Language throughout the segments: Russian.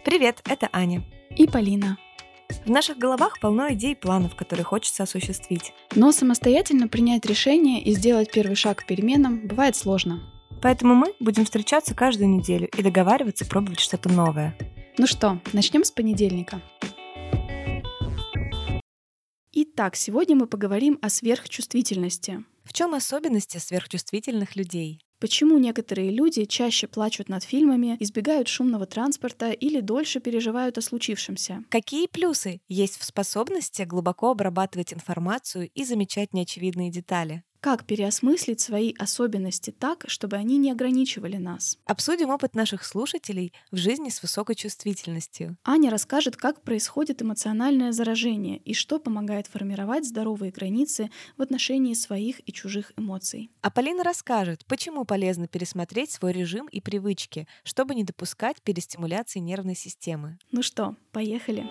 Привет, это Аня. И Полина. В наших головах полно идей и планов, которые хочется осуществить. Но самостоятельно принять решение и сделать первый шаг к переменам бывает сложно. Поэтому мы будем встречаться каждую неделю и договариваться пробовать что-то новое. Ну что, начнем с понедельника. Итак, сегодня мы поговорим о сверхчувствительности. В чем особенности сверхчувствительных людей? Почему некоторые люди чаще плачут над фильмами, избегают шумного транспорта или дольше переживают о случившемся? Какие плюсы есть в способности глубоко обрабатывать информацию и замечать неочевидные детали? Как переосмыслить свои особенности так, чтобы они не ограничивали нас? Обсудим опыт наших слушателей в жизни с высокой чувствительностью. Аня расскажет, как происходит эмоциональное заражение и что помогает формировать здоровые границы в отношении своих и чужих эмоций. А Полина расскажет, почему полезно пересмотреть свой режим и привычки, чтобы не допускать перестимуляции нервной системы. Ну что, поехали?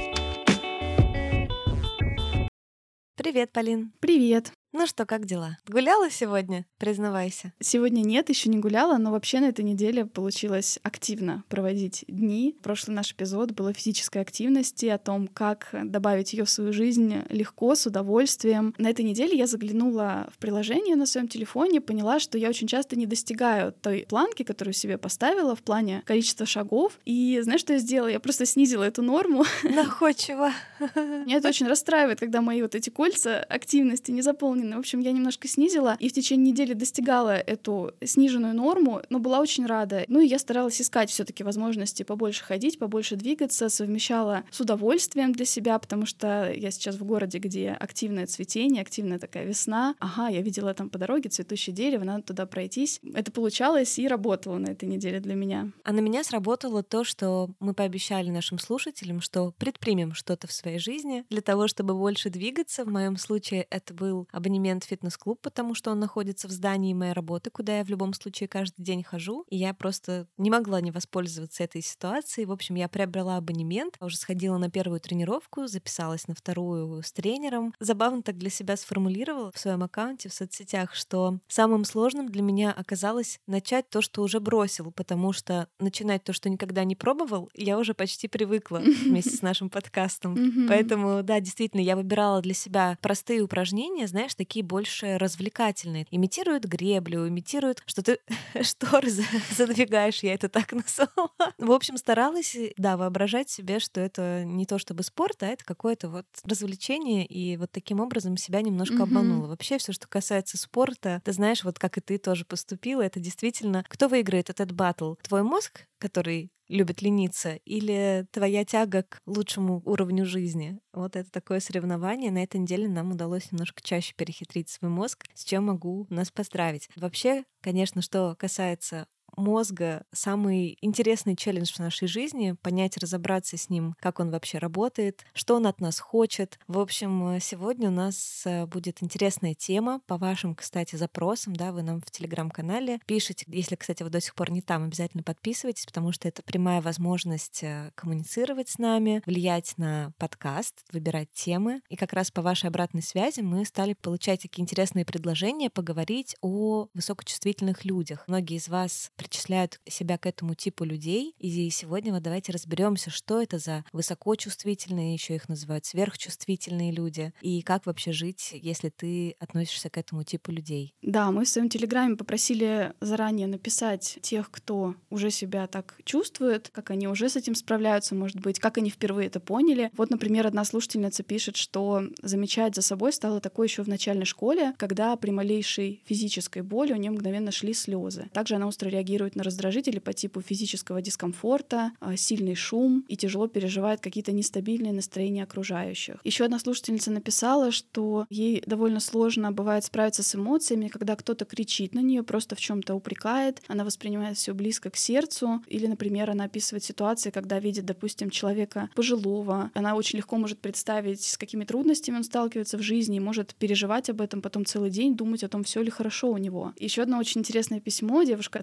Привет, Полин. Привет! Ну что, как дела? Гуляла сегодня? Признавайся. Сегодня нет, еще не гуляла, но вообще на этой неделе получилось активно проводить дни. Прошлый наш эпизод был о физической активности, о том, как добавить ее в свою жизнь легко, с удовольствием. На этой неделе я заглянула в приложение на своем телефоне, поняла, что я очень часто не достигаю той планки, которую себе поставила в плане количества шагов. И знаешь, что я сделала? Я просто снизила эту норму. Находчиво. Меня это очень расстраивает, когда мои вот эти кольца активности не заполнены. В общем, я немножко снизила и в течение недели достигала эту сниженную норму, но была очень рада. Ну и я старалась искать все-таки возможности побольше ходить, побольше двигаться, совмещала с удовольствием для себя, потому что я сейчас в городе, где активное цветение, активная такая весна. Ага, я видела там по дороге цветущее дерево, надо туда пройтись. Это получалось и работало на этой неделе для меня. А на меня сработало то, что мы пообещали нашим слушателям, что предпримем что-то в своей жизни для того, чтобы больше двигаться. В моем случае это был абонемент в фитнес-клуб, потому что он находится в здании моей работы, куда я в любом случае каждый день хожу. И я просто не могла не воспользоваться этой ситуацией. В общем, я приобрела абонемент, уже сходила на первую тренировку, записалась на вторую с тренером. Забавно так для себя сформулировала в своем аккаунте в соцсетях, что самым сложным для меня оказалось начать то, что уже бросил, потому что начинать то, что никогда не пробовал, я уже почти привыкла вместе с нашим подкастом. Поэтому, да, действительно, я выбирала для себя простые упражнения, знаешь, такие больше развлекательные. Имитируют греблю, имитируют, что ты шторы задвигаешь, я это так назвала. В общем, старалась, да, воображать себе, что это не то чтобы спорт, а это какое-то вот развлечение, и вот таким образом себя немножко обманула. Вообще, все, что касается спорта, ты знаешь, вот как и ты тоже поступила, это действительно, кто выиграет этот баттл? Твой мозг, который любит лениться, или твоя тяга к лучшему уровню жизни? Вот это такое соревнование. На этой неделе нам удалось немножко чаще перехитрить свой мозг, с чем могу нас поздравить. Вообще, конечно, что касается мозга, самый интересный челлендж в нашей жизни — понять, разобраться с ним, как он вообще работает, что он от нас хочет. В общем, сегодня у нас будет интересная тема по вашим, кстати, запросам, да, вы нам в Телеграм-канале пишете. Если, кстати, вы до сих пор не там, обязательно подписывайтесь, потому что это прямая возможность коммуницировать с нами, влиять на подкаст, выбирать темы. И как раз по вашей обратной связи мы стали получать такие интересные предложения поговорить о высокочувствительных людях. Многие из вас причисляют себя к этому типу людей. И сегодня вот давайте разберемся, что это за высокочувствительные, еще их называют сверхчувствительные люди, и как вообще жить, если ты относишься к этому типу людей. Да, мы в своем Телеграме попросили заранее написать тех, кто уже себя так чувствует, как они уже с этим справляются, может быть, как они впервые это поняли. Вот, например, одна слушательница пишет, что замечать за собой стало такое еще в начальной школе, когда при малейшей физической боли у нее мгновенно шли слезы. Также она остро реагирует на раздражители по типу физического дискомфорта, сильный шум и тяжело переживает какие-то нестабильные настроения окружающих. Еще одна слушательница написала, что ей довольно сложно бывает справиться с эмоциями, когда кто-то кричит на нее, просто в чем-то упрекает, она воспринимает все близко к сердцу, или, например, она описывает ситуации, когда видит, допустим, человека пожилого, она очень легко может представить, с какими трудностями он сталкивается в жизни, и может переживать об этом потом целый день, думать о том, все ли хорошо у него. Еще одно очень интересное письмо, девушка, отвечая на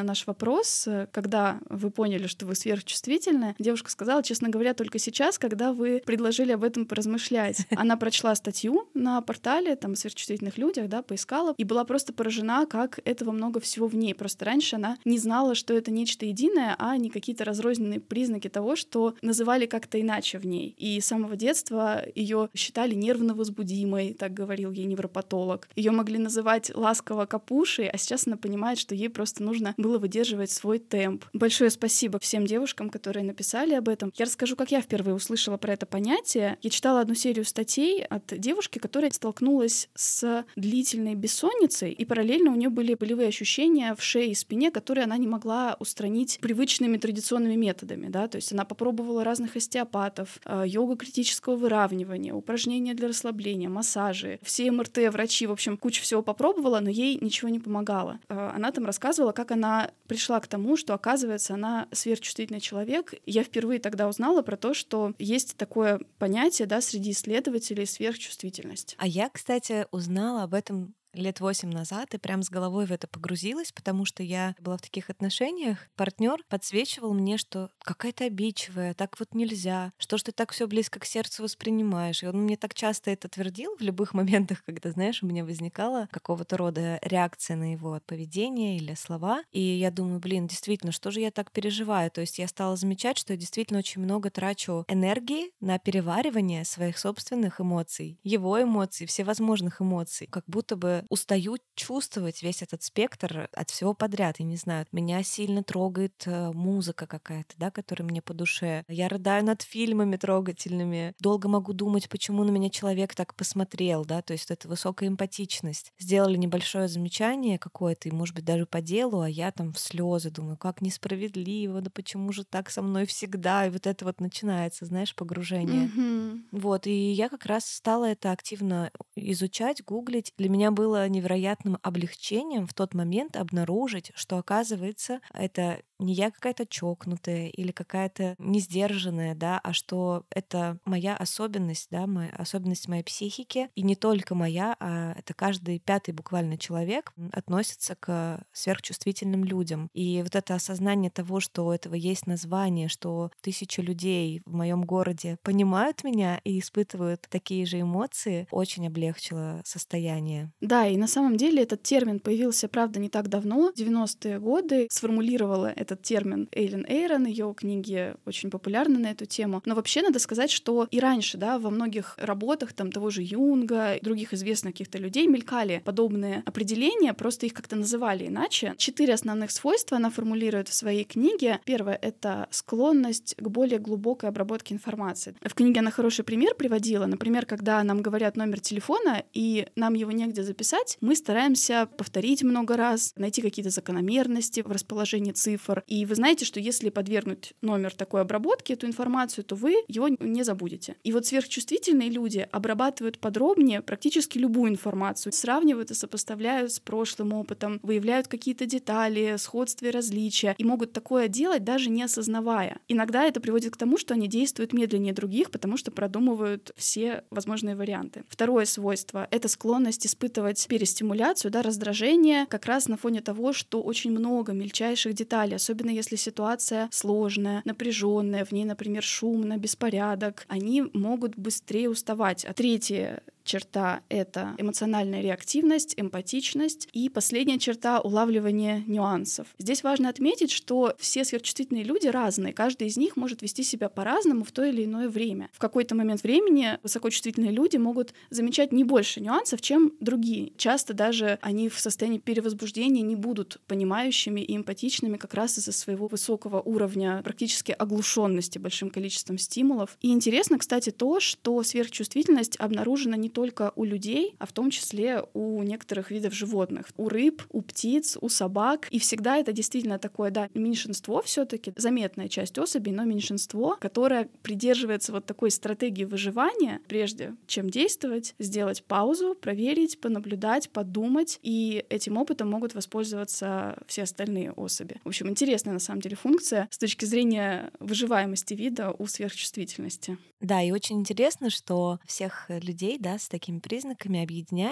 наш вопрос, когда вы поняли, что вы сверхчувствительны, девушка сказала, честно говоря, только сейчас, когда вы предложили об этом поразмышлять. Она прочла статью на портале там, о сверхчувствительных людях, да, поискала, и была просто поражена, как этого много всего в ней. Просто раньше она не знала, что это нечто единое, а не какие-то разрозненные признаки того, что называли как-то иначе в ней. И с самого детства ее считали нервно возбудимой, так говорил ей невропатолог. Ее могли называть ласково капушей, а сейчас она понимает, что ей просто нужно было выдерживать свой темп. Большое спасибо всем девушкам, которые написали об этом. Я расскажу, как я впервые услышала про это понятие. Я читала одну серию статей от девушки, которая столкнулась с длительной бессонницей, и параллельно у нее были болевые ощущения в шее и спине, которые она не могла устранить привычными традиционными методами. Да? То есть она попробовала разных остеопатов, йога критического выравнивания, упражнения для расслабления, массажи, все МРТ, врачи, в общем, кучу всего попробовала, но ей ничего не помогало. Она там рассказывала, как она пришла к тому, что, оказывается, она сверхчувствительный человек. Я впервые тогда узнала про то, что есть такое понятие, да, среди исследователей — сверхчувствительность. А я, кстати, узнала об этом лет 8 назад и прям с головой в это погрузилась, потому что я была в таких отношениях. Партнер подсвечивал мне, что какая-то обидчивая, так вот нельзя, что ж ты так все близко к сердцу воспринимаешь. И он мне так часто это твердил в любых моментах, когда, знаешь, у меня возникала какого-то рода реакция на его поведение или слова. И я думаю, блин, действительно, что же я так переживаю? То есть я стала замечать, что я действительно очень много трачу энергии на переваривание своих собственных эмоций, его эмоций, всевозможных эмоций, как будто бы устаю чувствовать весь этот спектр от всего подряд. Я не знаю, меня сильно трогает музыка какая-то, да, которая мне по душе. Я рыдаю над фильмами трогательными. Долго могу думать, почему на меня человек так посмотрел, да, то есть это высокая эмпатичность. Сделали небольшое замечание какое-то, и, может быть, даже по делу, а я там в слезы думаю, как несправедливо, да почему же так со мной всегда? И вот это вот начинается, знаешь, погружение. Вот, и я как раз стала это активно изучать, гуглить. Для меня было невероятным облегчением в тот момент обнаружить, что, оказывается, это не я какая-то чокнутая или какая-то несдержанная, да, а что это моя особенность, да, особенность моей психики, и не только моя, а это каждый пятый буквально человек относится к сверхчувствительным людям. И вот это осознание того, что у этого есть название, что 1000 людей в моем городе понимают меня и испытывают такие же эмоции, очень облегчило состояние. Да, и на самом деле этот термин появился, правда, не так давно. В 90-е годы сформулировала этот термин Эйлин Эйрон, ее книги очень популярны на эту тему. Но вообще надо сказать, что и раньше, да, во многих работах там того же Юнга, других известных каких-то людей мелькали подобные определения, просто их как-то называли иначе. 4 основных свойства она формулирует в своей книге. Первое — это склонность к более глубокой обработке информации. В книге она хороший пример приводила. Например, когда нам говорят номер телефона, и нам его негде записать, мы стараемся повторить много раз, найти какие-то закономерности в расположении цифр. И вы знаете, что если подвергнуть номер такой обработке, эту информацию, то вы его не забудете. И вот сверхчувствительные люди обрабатывают подробнее практически любую информацию, сравнивают и сопоставляют с прошлым опытом, выявляют какие-то детали, сходства и различия, и могут такое делать, даже не осознавая. Иногда это приводит к тому, что они действуют медленнее других, потому что продумывают все возможные варианты. Второе свойство — это склонность испытывать перестимуляцию, да, раздражение как раз на фоне того, что очень много мельчайших деталей, особенно если ситуация сложная, напряженная, в ней, например, шумно, беспорядок, они могут быстрее уставать. А третье черта — это эмоциональная реактивность, эмпатичность. И последняя черта — улавливание нюансов. Здесь важно отметить, что все сверхчувствительные люди разные. Каждый из них может вести себя по-разному в то или иное время. В какой-то момент времени высокочувствительные люди могут замечать не больше нюансов, чем другие. Часто даже они в состоянии перевозбуждения не будут понимающими и эмпатичными как раз из-за своего высокого уровня практически оглушенности большим количеством стимулов. И интересно, кстати, то, что сверхчувствительность обнаружена не только у людей, а в том числе у некоторых видов животных. У рыб, у птиц, у собак. И всегда это действительно такое, да, меньшинство все-таки, заметная часть особей, но меньшинство, которое придерживается вот такой стратегии выживания, прежде чем действовать, сделать паузу, проверить, понаблюдать, подумать, и этим опытом могут воспользоваться все остальные особи. В общем, интересная на самом деле функция с точки зрения выживаемости вида у сверхчувствительности. Да, и очень интересно, что всех людей, да, с такими признаками объединяет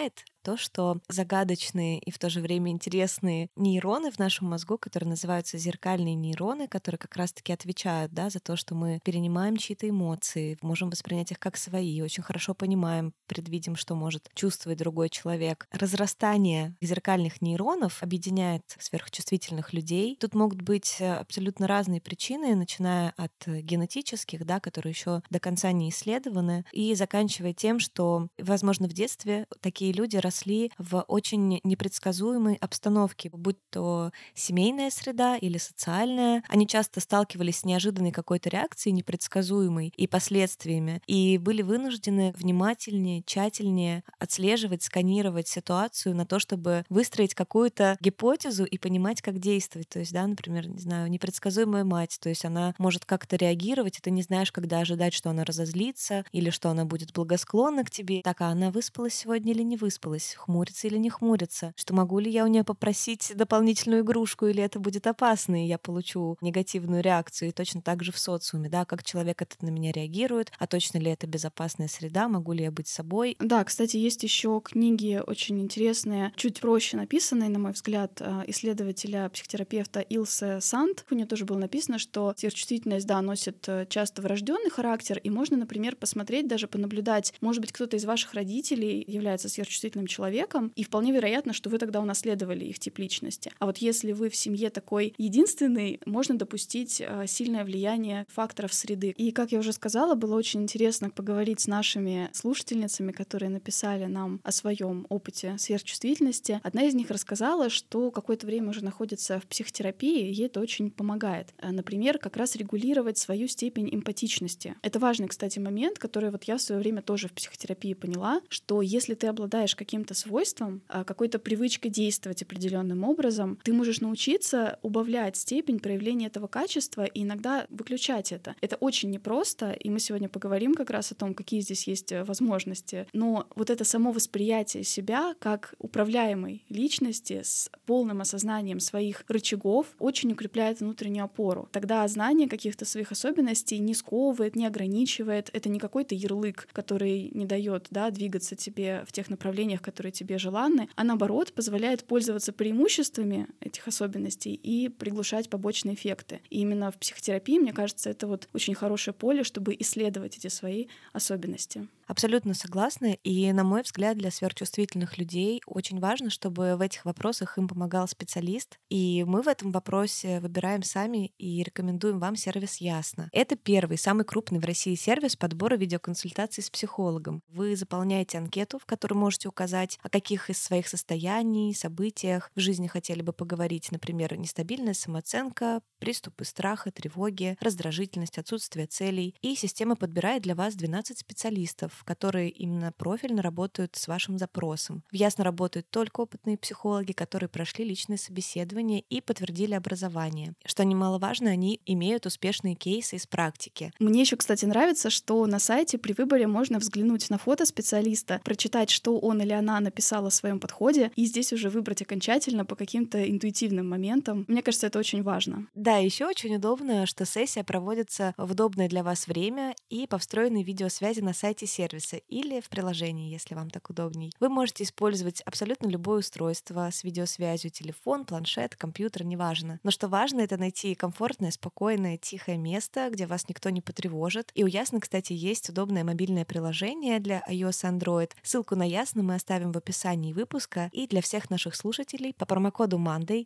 то, что загадочные и в то же время интересные нейроны в нашем мозгу, которые называются зеркальные нейроны, которые как раз-таки отвечают, да, за то, что мы перенимаем чьи-то эмоции, можем воспринять их как свои, очень хорошо понимаем, предвидим, что может чувствовать другой человек. Разрастание зеркальных нейронов объединяет сверхчувствительных людей. Тут могут быть абсолютно разные причины, начиная от генетических, да, которые еще до конца не исследованы, и заканчивая тем, что, возможно, в детстве такие люди росли в очень непредсказуемой обстановке, будь то семейная среда или социальная. Они часто сталкивались с неожиданной какой-то реакцией, непредсказуемой, и последствиями, и были вынуждены внимательнее, тщательнее отслеживать, сканировать ситуацию на то, чтобы выстроить какую-то гипотезу и понимать, как действовать. То есть, да, например, не знаю, непредсказуемая мать, то есть она может как-то реагировать, и ты не знаешь, когда ожидать, что она разозлится или что она будет благосклонна к тебе. Так, а она выспалась сегодня или не выспалась? Хмурится или не хмурится? Что могу ли я у нее попросить дополнительную игрушку, или это будет опасно, и я получу негативную реакцию? И точно так же в социуме, да, как человек этот на меня реагирует, а точно ли это безопасная среда, могу ли я быть собой? Да, кстати, есть еще книги очень интересные, чуть проще написанные, на мой взгляд, исследователя, психотерапевта Илсе Санд. У нее тоже было написано, что сверхчувствительность, да, носит часто врожденный характер, и можно, например, посмотреть, даже понаблюдать, может быть, кто-то из ваших родителей является сверхчувствительным человеком, и вполне вероятно, что вы тогда унаследовали их тип личности. А вот если вы в семье такой единственный, можно допустить сильное влияние факторов среды. И, как я уже сказала, было очень интересно поговорить с нашими слушательницами, которые написали нам о своем опыте сверхчувствительности. Одна из них рассказала, что какое-то время уже находится в психотерапии, и ей это очень помогает. Например, как раз регулировать свою степень эмпатичности. Это важный, кстати, момент, который вот я в свое время тоже в психотерапии поняла, что если ты обладаешь каким-то свойством, какой-то привычкой действовать определенным образом, ты можешь научиться убавлять степень проявления этого качества и иногда выключать это. Это очень непросто, и мы сегодня поговорим как раз о том, какие здесь есть возможности. Но вот это само восприятие себя как управляемой личности с полным осознанием своих рычагов очень укрепляет внутреннюю опору. Тогда знание каких-то своих особенностей не сковывает, не ограничивает. Это не какой-то ярлык, который не дает, да, двигаться тебе в тех направлениях, которые тебе желанны, а наоборот позволяет пользоваться преимуществами этих особенностей и приглушать побочные эффекты. И именно в психотерапии, мне кажется, это вот очень хорошее поле, чтобы исследовать эти свои особенности. Абсолютно согласна. И, на мой взгляд, для сверхчувствительных людей очень важно, чтобы в этих вопросах им помогал специалист. И мы в этом вопросе выбираем сами и рекомендуем вам сервис «Ясно». Это первый, самый крупный в России сервис подбора видеоконсультаций с психологом. Вы заполняете анкету, в которой можете указать, о каких из своих состояний, событиях в жизни хотели бы поговорить. Например, нестабильная самооценка, приступы страха, тревоги, раздражительность, отсутствие целей. И система подбирает для вас 12 специалистов, которые именно профильно работают с вашим запросом. В Ясно работают только опытные психологи, которые прошли личные собеседования и подтвердили образование. Что немаловажно, они имеют успешные кейсы из практики. Мне еще, кстати, нравится, что на сайте при выборе можно взглянуть на фото специалиста, прочитать, что он или она написала в своем подходе, и здесь уже выбрать окончательно по каким-то интуитивным моментам. Мне кажется, это очень важно. Да, еще очень удобно, что сессия проводится в удобное для вас время и по встроенной видеосвязи на сайте сервиса или в приложении, если вам так удобней. Вы можете использовать абсолютно любое устройство с видеосвязью, телефон, планшет, компьютер, неважно. Но что важно, это найти комфортное, спокойное, тихое место, где вас никто не потревожит. И у Ясно, кстати, есть удобное мобильное приложение для iOS и Android. Ссылку на Ясно мы оставим в описании выпуска. И для всех наших слушателей по промокоду Monday,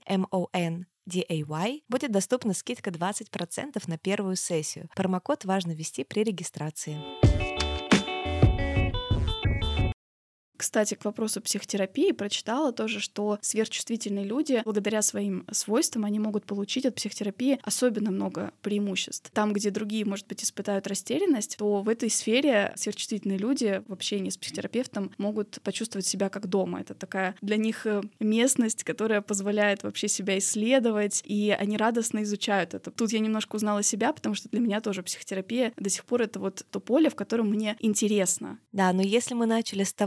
MONDAY, будет доступна скидка 20% на первую сессию. Промокод важно ввести при регистрации. Кстати, к вопросу психотерапии прочитала тоже, что сверхчувствительные люди, благодаря своим свойствам, они могут получить от психотерапии особенно много преимуществ. Там, где другие, может быть, испытают растерянность, то в этой сфере сверхчувствительные люди в общении с психотерапевтом могут почувствовать себя как дома. Это такая для них местность, которая позволяет вообще себя исследовать, и они радостно изучают это. Тут я немножко узнала себя, потому что для меня тоже психотерапия до сих пор это вот то поле, в котором мне интересно. Да, но если мы начали с того,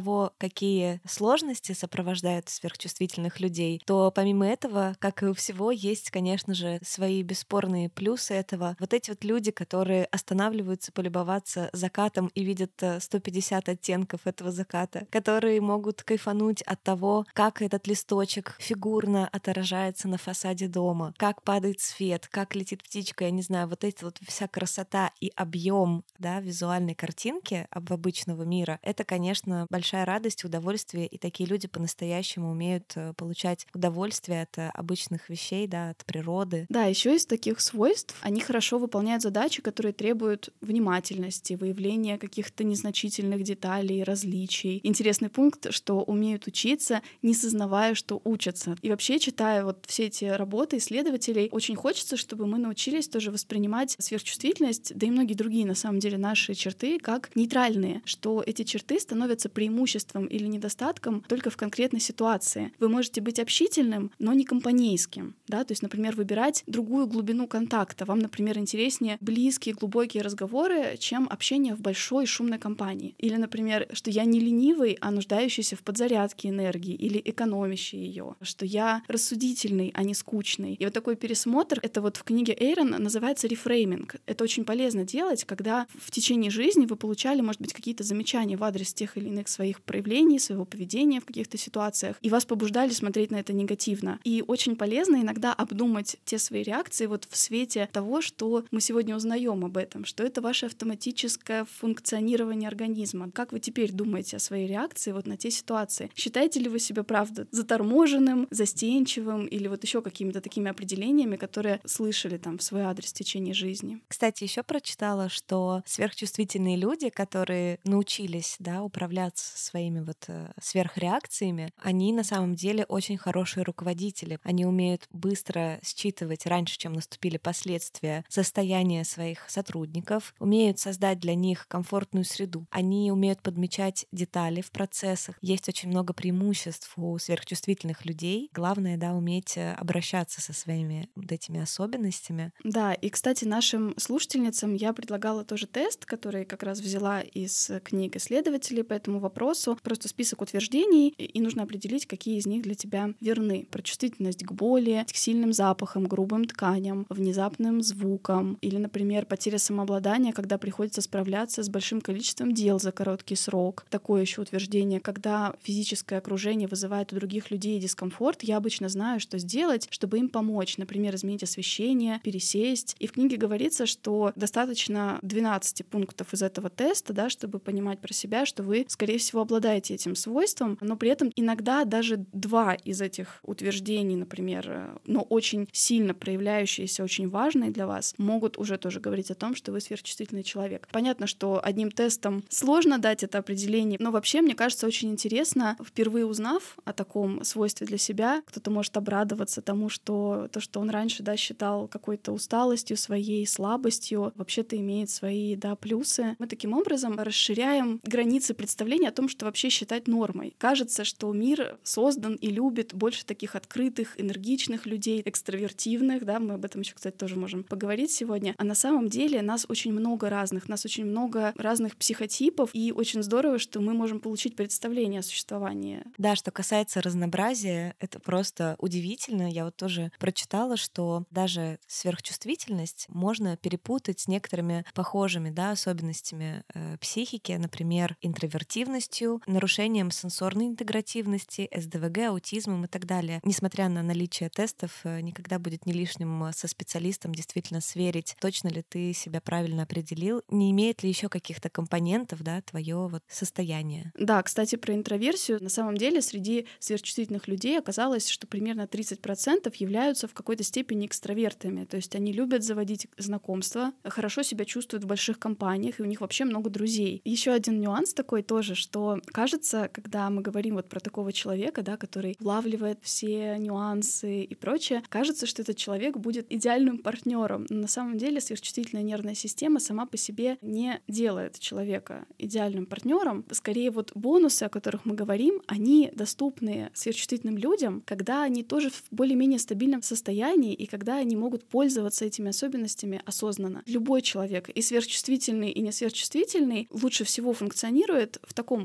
такие сложности сопровождают сверхчувствительных людей, то помимо этого, как и у всего, есть, конечно же, свои бесспорные плюсы этого. Вот эти вот люди, которые останавливаются полюбоваться закатом и видят 150 оттенков этого заката, которые могут кайфануть от того, как этот листочек фигурно отражается на фасаде дома, как падает свет, как летит птичка, я не знаю, вот эти вот вся красота и объем, да, визуальной картинки обычного мира, это, конечно, большая радость, удовольствие, и такие люди по-настоящему умеют получать удовольствие от обычных вещей, да, от природы. Да, еще из таких свойств они хорошо выполняют задачи, которые требуют внимательности, выявления каких-то незначительных деталей, различий. Интересный пункт, что умеют учиться, не сознавая, что учатся. И вообще, читая вот все эти работы исследователей, очень хочется, чтобы мы научились тоже воспринимать сверхчувствительность, да и многие другие, на самом деле, наши черты как нейтральные, что эти черты становятся преимуществом или недостатком только в конкретной ситуации. Вы можете быть общительным, но не компанейским, да, то есть, например, выбирать другую глубину контакта. Вам, например, интереснее близкие, глубокие разговоры, чем общение в большой шумной компании. Или, например, что я не ленивый, а нуждающийся в подзарядке энергии или экономящий ее, что я рассудительный, а не скучный. И вот такой пересмотр, это вот в книге Эйрон называется рефрейминг. Это очень полезно делать, когда в течение жизни вы получали, может быть, какие-то замечания в адрес тех или иных своих проявлений, своего поведения в каких-то ситуациях, и вас побуждали смотреть на это негативно. И очень полезно иногда обдумать те свои реакции вот в свете того, что мы сегодня узнаем об этом, что это ваше автоматическое функционирование организма. Как вы теперь думаете о своей реакции вот на те ситуации? Считаете ли вы себя, правда, заторможенным, застенчивым или вот еще какими-то такими определениями, которые слышали там в свой адрес в течение жизни? Кстати, еще прочитала, что сверхчувствительные люди, которые научились, да, управляться своими вот сверхреакциями, они на самом деле очень хорошие руководители. Они умеют быстро считывать раньше, чем наступили последствия, состояние своих сотрудников, умеют создать для них комфортную среду. Они умеют подмечать детали в процессах. Есть очень много преимуществ у сверхчувствительных людей. Главное, да, уметь обращаться со своими вот этими особенностями. Да, и, кстати, нашим слушательницам я предлагала тоже тест, который как раз взяла из книг исследователей по этому вопросу. Просто список утверждений, и нужно определить, какие из них для тебя верны. Про чувствительность к боли, к сильным запахам, грубым тканям, внезапным звукам. Или, например, потеря самообладания, когда приходится справляться с большим количеством дел за короткий срок. Такое еще утверждение, когда физическое окружение вызывает у других людей дискомфорт, я обычно знаю, что сделать, чтобы им помочь. Например, изменить освещение, пересесть. И в книге говорится, что достаточно 12 пунктов из этого теста, да, чтобы понимать про себя, что вы, скорее всего, обладаете этим свойством, но при этом иногда даже 2 из этих утверждений, например, но очень сильно проявляющиеся, очень важные для вас, могут уже тоже говорить о том, что вы сверхчувствительный человек. Понятно, что одним тестом сложно дать это определение, но вообще, мне кажется, очень интересно, впервые узнав о таком свойстве для себя, кто-то может обрадоваться тому, что то, что он раньше, да, считал какой-то усталостью, своей слабостью, вообще-то имеет свои, да, плюсы. Мы таким образом расширяем границы представления о том, что вообще считать нормой. Кажется, что мир создан и любит больше таких открытых, энергичных людей, экстравертивных, да, мы об этом еще, кстати, тоже можем поговорить сегодня. А на самом деле нас очень много разных психотипов, и очень здорово, что мы можем получить представление о существовании. Да, что касается разнообразия, это просто удивительно. Я вот тоже прочитала, что даже сверхчувствительность можно перепутать с некоторыми похожими, да, особенностями психики, например, интровертивностью, нарушением сенсорной интегративности, СДВГ, аутизмом и так далее. Несмотря на наличие тестов, никогда будет не лишним со специалистом действительно сверить, точно ли ты себя правильно определил, не имеет ли еще каких-то компонентов, да, твое вот состояние. Да, кстати, про интроверсию. На самом деле среди сверхчувствительных людей оказалось, что примерно 30% являются в какой-то степени экстравертами. То есть они любят заводить знакомства, хорошо себя чувствуют в больших компаниях, и у них вообще много друзей. Еще один нюанс такой тоже, что кажется, когда мы говорим вот про такого человека, да, который улавливает все нюансы и прочее, кажется, что этот человек будет идеальным партнером. Но на самом деле сверхчувствительная нервная система сама по себе не делает человека идеальным партнером. Скорее вот бонусы, о которых мы говорим, они доступны сверхчувствительным людям, когда они тоже в более-менее стабильном состоянии и когда они могут пользоваться этими особенностями осознанно. Любой человек, и сверхчувствительный, и не сверхчувствительный, лучше всего функционирует в таком умеренном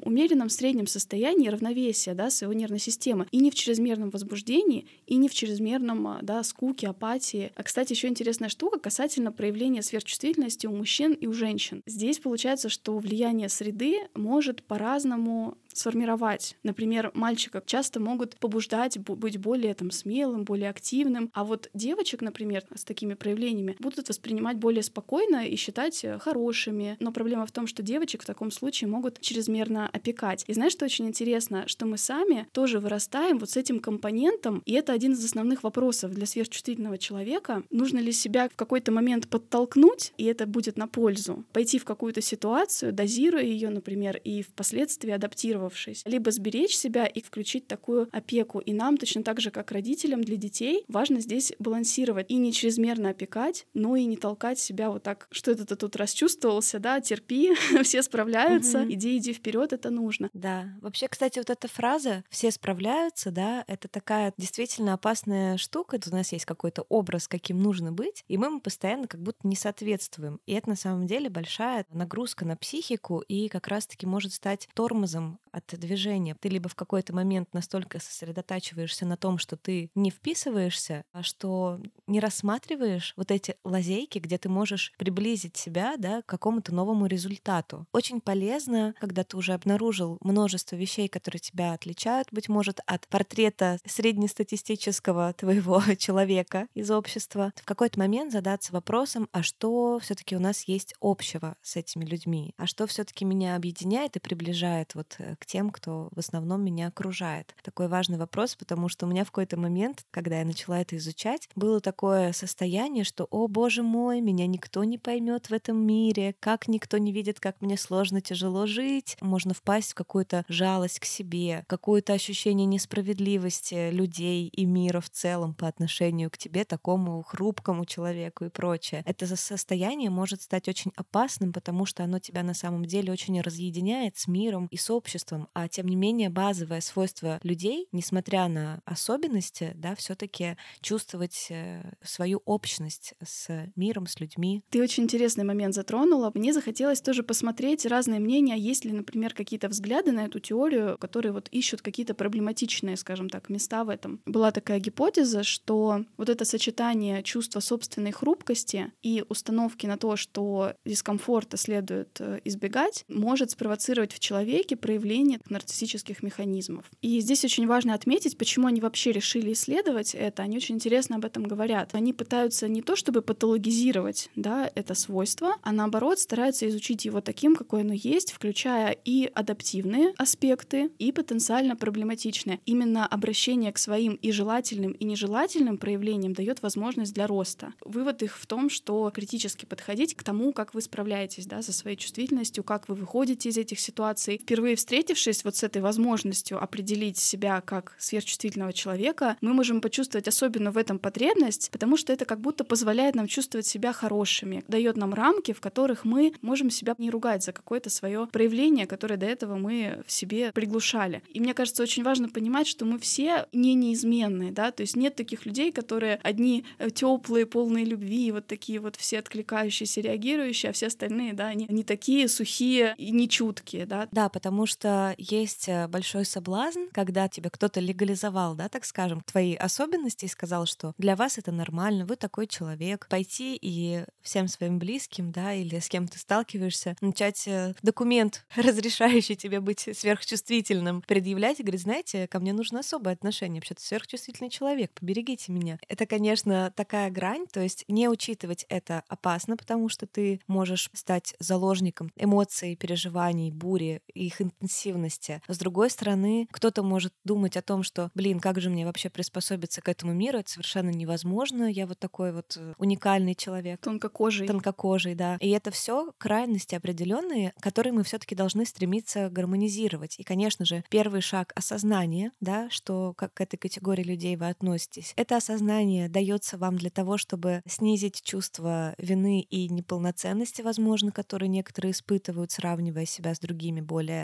определенном среднем состоянии равновесия, да, своего нервной системы, и не в чрезмерном возбуждении, и не в чрезмерном, да, скуке, апатии. А, кстати, еще интересная штука касательно проявления сверхчувствительности у мужчин и у женщин. Здесь получается, что влияние среды может по-разному сформировать. Например, мальчика часто могут побуждать быть более смелым, более активным, а вот девочек, например, с такими проявлениями будут воспринимать более спокойно и считать хорошими. Но проблема в том, что девочек в таком случае могут чрезмерно опекать. И знаешь, что очень интересно? Что мы сами тоже вырастаем вот с этим компонентом, и это один из основных вопросов для сверхчувствительного человека. Нужно ли себя в какой-то момент подтолкнуть, и это будет на пользу? Пойти в какую-то ситуацию, дозируя ее, например, и впоследствии адаптировавшись, либо сберечь себя и включить такую опеку. И нам, точно так же, как родителям для детей, важно здесь балансировать и не чрезмерно опекать, но и не толкать себя вот так, что это ты тут расчувствовался, да, терпи, все справляются, иди вперед, это нужно. Да, вообще, кстати, вот эта фраза «все справляются», да, это такая действительно опасная штука. У нас есть какой-то образ, каким нужно быть, и мы ему постоянно как будто не соответствуем. И это на самом деле большая нагрузка на психику и как раз-таки может стать тормозом от движения. Ты либо в какой-то момент настолько сосредотачиваешься на том, что ты не вписываешься, а что не рассматриваешь вот эти лазейки, где ты можешь приблизить себя, да, к какому-то новому результату. Очень полезно, когда ты уже обнаружил множество вещей, которые тебя отличают, быть может, от портрета среднестатистического твоего человека из общества, в какой-то момент задаться вопросом, а что все-таки у нас есть общего с этими людьми, а что все-таки меня объединяет и приближает вот к тем, кто в основном меня окружает. Такой важный вопрос, потому что у меня в какой-то момент, когда я начала это изучать, было такое состояние, что, о боже мой, меня никто не поймет в этом мире, как никто не видит, как мне сложно, тяжело жить, можно впасть в какую-то жалость к себе, какое-то ощущение несправедливости людей и мира в целом по отношению к тебе, такому хрупкому человеку и прочее. Это состояние может стать очень опасным, потому что оно тебя на самом деле очень разъединяет с миром и с обществом, а тем не менее базовое свойство людей, несмотря на особенности, да, все-таки чувствовать свою общность с миром, с людьми. Ты очень интересный момент затронула. Мне захотелось тоже посмотреть разные мнения, есть ли, например, какие-то взгляды на эту теорию, которые вот ищут какие-то проблематичные, скажем так, места в этом. Была такая гипотеза, что вот это сочетание чувства собственной хрупкости и установки на то, что дискомфорта следует избегать, может спровоцировать в человеке проявление нарциссических механизмов. И здесь очень важно отметить, почему они вообще решили исследовать это. Они очень интересно об этом говорят. Они пытаются не то чтобы патологизировать, да, это свойство, а наоборот стараются изучить его таким, какое оно есть, включая и адаптивные аспекты, и потенциально проблематичные. Именно обращение к своим и желательным, и нежелательным проявлениям дает возможность для роста. Вывод их в том, что критически подходить к тому, как вы справляетесь, да, со своей чувствительностью, как вы выходите из этих ситуаций. Впервые встретившись вот с этой возможностью определить себя как сверхчувствительного человека, мы можем почувствовать особенно в этом потребность, потому что это как будто позволяет нам чувствовать себя хорошими, дает нам рамки, в которых мы можем себя не ругать за какое-то свое проявление, которое до этого мы в себе приглушали. И мне кажется, очень важно понимать, что мы все не неизменные, да, то есть нет таких людей, которые одни теплые, полные любви, вот такие вот все откликающиеся, реагирующие, а все остальные, да, они такие сухие и нечуткие, да. Да, потому что есть большой соблазн, когда тебе кто-то легализовал, да, так скажем, твои особенности и сказал, что для вас это нормально, вы такой человек, пойти и всем своим близким, да, или с кем ты сталкиваешься, начать документ, разрешающий тебе быть сверхчувствительным, предъявлять и говорить, знаете, ко мне нужно особое отношение, вообще-то сверхчувствительный человек, поберегите меня. Это, конечно, такая грань, то есть не учитывать это опасно, потому что ты можешь стать заложником эмоций, переживаний, бури, их интенсивности. С другой стороны, кто-то может думать о том, что, блин, как же мне вообще приспособиться к этому миру, это совершенно невозможно, я вот такой вот уникальный человек. Тонкокожий. Тонкокожий, да. И это все крайности определенные, которые мы все-таки должны стремиться гармонизировать. И, конечно же, первый шаг осознания, да, что как к этой категории людей вы относитесь. Это осознание дается вам для того, чтобы снизить чувство вины и неполноценности, возможно, которые некоторые испытывают, сравнивая себя с другими более спокойными,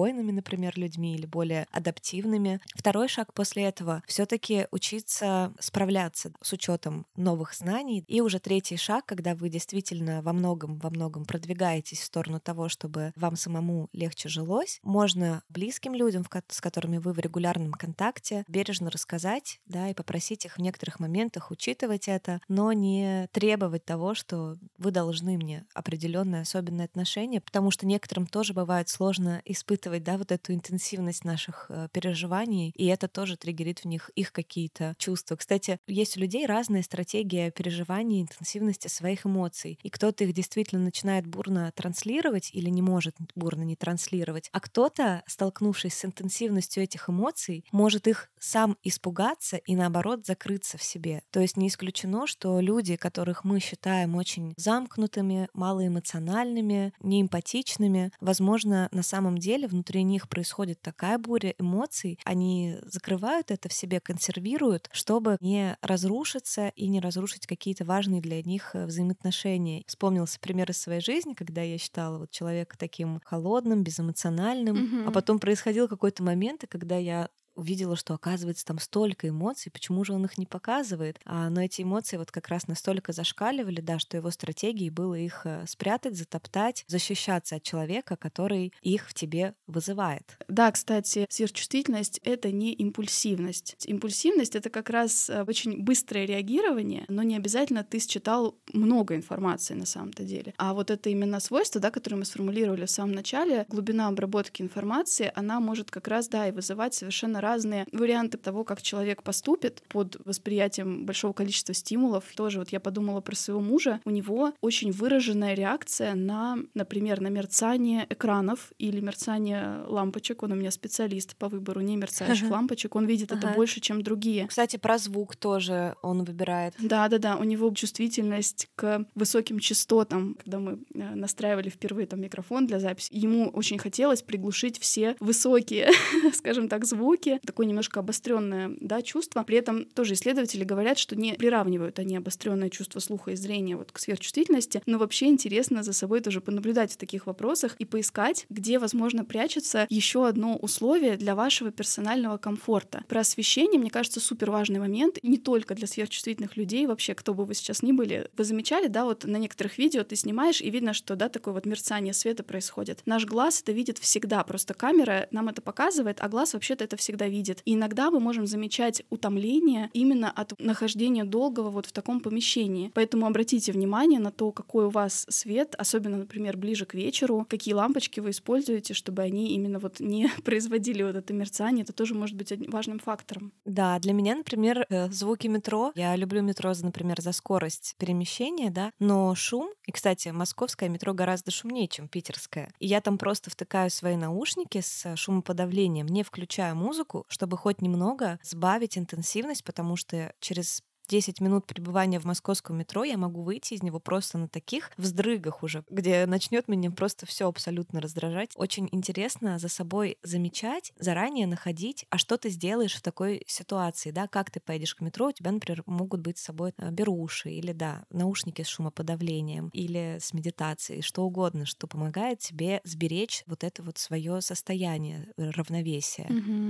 спокойными, например, людьми или более адаптивными. Второй шаг после этого все-таки учиться справляться с учетом новых знаний. И уже третий шаг, когда вы действительно во многом продвигаетесь в сторону того, чтобы вам самому легче жилось, можно близким людям, с которыми вы в регулярном контакте, бережно рассказать, да, и попросить их в некоторых моментах учитывать это, но не требовать того, что вы должны мне определенное особенное отношение, потому что некоторым тоже бывает сложно испытывать, да, вот эту интенсивность наших переживаний, и это тоже триггерит в них их какие-то чувства. Кстати, есть у людей разная стратегия переживания, интенсивности своих эмоций, и кто-то их действительно начинает бурно транслировать или не может бурно не транслировать, а кто-то, столкнувшись с интенсивностью этих эмоций, может их сам испугаться и наоборот закрыться в себе. То есть не исключено, что люди, которых мы считаем очень замкнутыми, малоэмоциональными, неэмпатичными, возможно, на самом деле внутри них происходит такая буря эмоций, они закрывают это в себе, консервируют, чтобы не разрушиться и не разрушить какие-то важные для них взаимоотношения. Вспомнился пример из своей жизни, когда я считала вот человека таким холодным, безэмоциональным, а потом происходил какой-то момент, и когда я увидела, что, оказывается, там столько эмоций, почему же он их не показывает? Но эти эмоции вот как раз настолько зашкаливали, да, что его стратегией было их спрятать, затоптать, защищаться от человека, который их в тебе вызывает. Да, кстати, сверхчувствительность — это не импульсивность. Импульсивность — это как раз очень быстрое реагирование, но не обязательно ты считал много информации на самом-то деле. А вот это именно свойство, да, которое мы сформулировали в самом начале, глубина обработки информации, она может как раз, да, и вызывать совершенно разные варианты того, как человек поступит под восприятием большого количества стимулов. Тоже вот я подумала про своего мужа. У него очень выраженная реакция на, например, на мерцание экранов или мерцание лампочек. Он у меня специалист по выбору немерцающих лампочек. Он видит это больше, чем другие. Кстати, про звук тоже он выбирает. Да. У него чувствительность к высоким частотам. Когда мы настраивали впервые там микрофон для записи, ему очень хотелось приглушить все высокие, скажем так, звуки. Такое немножко обостренное, да, чувство. При этом тоже исследователи говорят, что не приравнивают они обостренное чувство слуха и зрения вот к сверхчувствительности, но вообще интересно за собой тоже понаблюдать в таких вопросах и поискать, где, возможно, прячется еще одно условие для вашего персонального комфорта. Про освещение, мне кажется, супер важный момент, не только для сверхчувствительных людей, вообще, кто бы вы сейчас ни были. Вы замечали, да, вот на некоторых видео ты снимаешь, и видно, что, да, такое вот мерцание света происходит. Наш глаз это видит всегда, просто камера нам это показывает, а глаз вообще-то это всегда видит. И иногда мы можем замечать утомление именно от нахождения долгого вот в таком помещении. Поэтому обратите внимание на то, какой у вас свет, особенно, например, ближе к вечеру, какие лампочки вы используете, чтобы они именно вот не производили вот это мерцание. Это тоже может быть важным фактором. Да, для меня, например, звуки метро. Я люблю метро, например, за скорость перемещения, да, но шум, и, кстати, московское метро гораздо шумнее, чем питерское. И я там просто втыкаю свои наушники с шумоподавлением, не включая музыку, чтобы хоть немного сбавить интенсивность, потому что через 10 минут пребывания в московском метро я могу выйти из него просто на таких вздрыгах уже, где начнет меня просто все абсолютно раздражать. Очень интересно за собой замечать, заранее находить, а что ты сделаешь в такой ситуации, да, как ты поедешь к метро, у тебя, например, могут быть с собой беруши или, да, наушники с шумоподавлением или с медитацией, что угодно, что помогает тебе сберечь вот это вот свое состояние равновесия.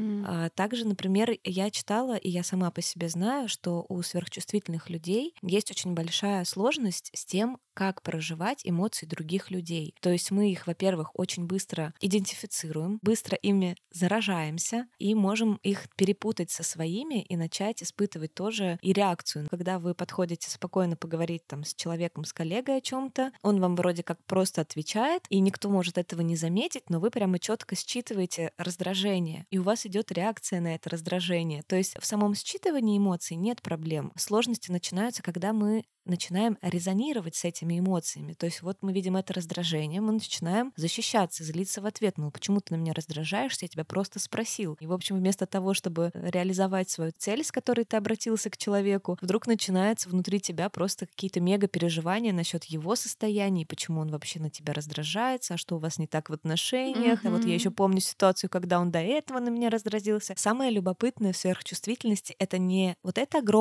Также, например, я читала, и я сама по себе знаю, что у сверхчувствительных людей есть очень большая сложность с тем, как проживать эмоции других людей. То есть мы их, во-первых, очень быстро идентифицируем, быстро ими заражаемся и можем их перепутать со своими и начать испытывать тоже и реакцию. Когда вы подходите спокойно поговорить там с человеком, с коллегой о чем-то, он вам вроде как просто отвечает, и никто может этого не заметить, но вы прямо четко считываете раздражение, и у вас идет реакция на это раздражение. То есть в самом считывании эмоций нет проблем. Сложности начинаются, когда мы начинаем резонировать с этими эмоциями. То есть вот мы видим это раздражение, мы начинаем защищаться, злиться в ответ. Ну, почему ты на меня раздражаешься? Я тебя просто спросил. И, в общем, вместо того, чтобы реализовать свою цель, с которой ты обратился к человеку, вдруг начинается внутри тебя просто какие-то мега-переживания насчет его состояния, почему он вообще на тебя раздражается, а что у вас не так в отношениях. А вот я еще помню ситуацию, когда он до этого на меня раздразился. Самое любопытное в сверхчувствительности — это не вот эта огромная палитра